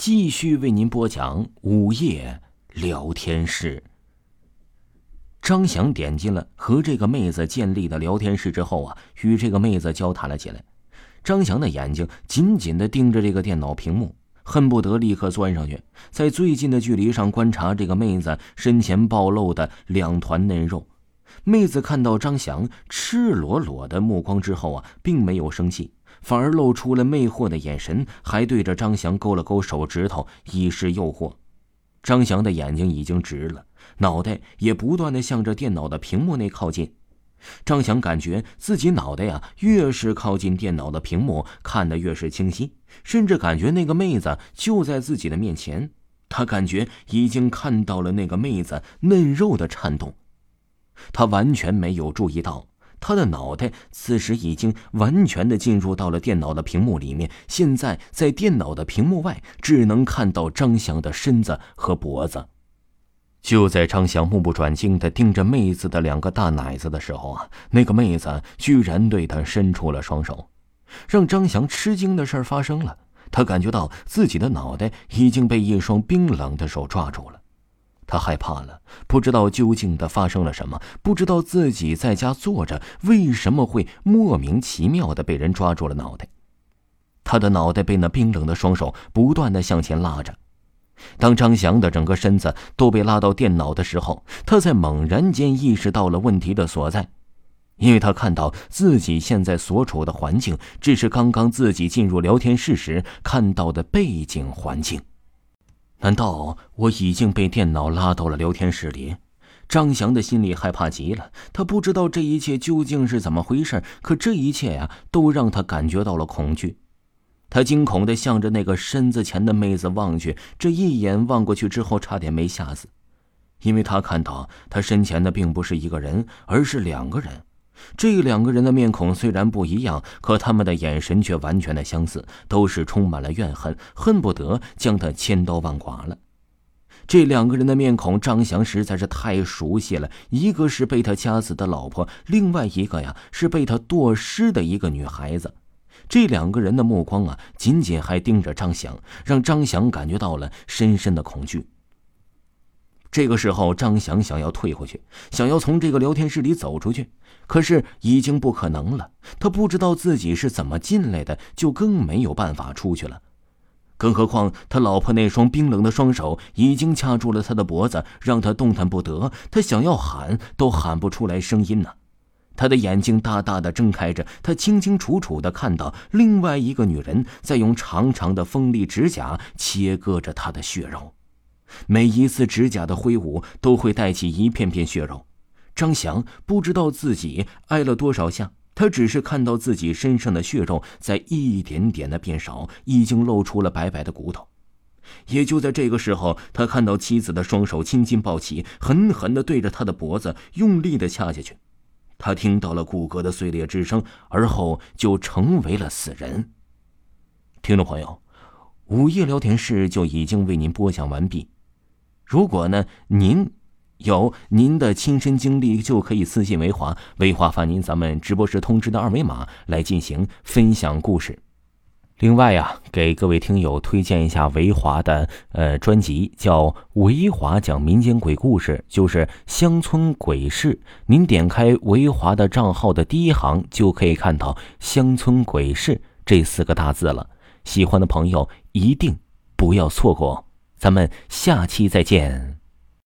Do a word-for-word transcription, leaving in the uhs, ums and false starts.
继续为您播讲午夜聊天室。张翔点进了和这个妹子建立的聊天室之后啊，与这个妹子交谈了起来。张翔的眼睛紧紧地盯着这个电脑屏幕，恨不得立刻钻上去，在最近的距离上观察这个妹子身前暴露的两团嫩肉。妹子看到张翔赤裸裸的目光之后啊，并没有生气，反而露出了魅惑的眼神，还对着张翔勾了勾手指头，以示诱惑。张翔的眼睛已经直了，脑袋也不断地向着电脑的屏幕内靠近。张翔感觉自己脑袋呀、啊，越是靠近电脑的屏幕，看得越是清晰，甚至感觉那个妹子就在自己的面前。他感觉已经看到了那个妹子嫩肉的颤动。他完全没有注意到，他的脑袋此时已经完全的进入到了电脑的屏幕里面，现在在电脑的屏幕外只能看到张翔的身子和脖子。就在张翔目不转睛地盯着妹子的两个大奶子的时候啊，那个妹子居然对他伸出了双手。让张翔吃惊的事发生了，他感觉到自己的脑袋已经被一双冰冷的手抓住了。他害怕了，不知道究竟的发生了什么，不知道自己在家坐着为什么会莫名其妙的被人抓住了脑袋。他的脑袋被那冰冷的双手不断的向前拉着。当张翔的整个身子都被拉到电脑的时候，他才猛然间意识到了问题的所在。因为他看到自己现在所处的环境只是刚刚自己进入聊天室时看到的背景环境。难道我已经被电脑拉到了聊天室里？张翔的心里害怕极了，他不知道这一切究竟是怎么回事，可这一切呀、啊，都让他感觉到了恐惧。他惊恐地向着那个身子前的妹子望去，这一眼望过去之后差点没吓死，因为他看到他身前的并不是一个人，而是两个人。这两个人的面孔虽然不一样，可他们的眼神却完全的相似，都是充满了怨恨，恨不得将他千刀万剐了。这两个人的面孔张翔实在是太熟悉了，一个是被他掐死的老婆，另外一个呀是被他剁尸的一个女孩子。这两个人的目光啊，紧紧还盯着张翔，让张翔感觉到了深深的恐惧。这个时候张翔想要退回去，想要从这个聊天室里走出去，可是已经不可能了。他不知道自己是怎么进来的，就更没有办法出去了。更何况他老婆那双冰冷的双手已经掐住了他的脖子，让他动弹不得，他想要喊都喊不出来声音呢。他的眼睛大大的睁开着，他清清楚楚地看到另外一个女人在用长长的锋利指甲切割着他的血肉。每一次指甲的挥舞都会带起一片片血肉。张翔不知道自己挨了多少下，他只是看到自己身上的血肉在一点点的变少，已经露出了白白的骨头。也就在这个时候，他看到妻子的双手轻轻抱起，狠狠地对着他的脖子用力地掐下去。他听到了骨骼的碎裂之声，而后就成为了死人。听众朋友，午夜聊天室就已经为您播讲完毕。如果呢您有您的亲身经历，就可以私信维华，维华发您咱们直播时通知的二维码来进行分享故事。另外呀，给各位听友推荐一下维华的呃专辑，叫维华讲民间鬼故事，就是乡村鬼事。您点开维华的账号的第一行，就可以看到乡村鬼事这四个大字了。喜欢的朋友一定不要错过，咱们下期再见。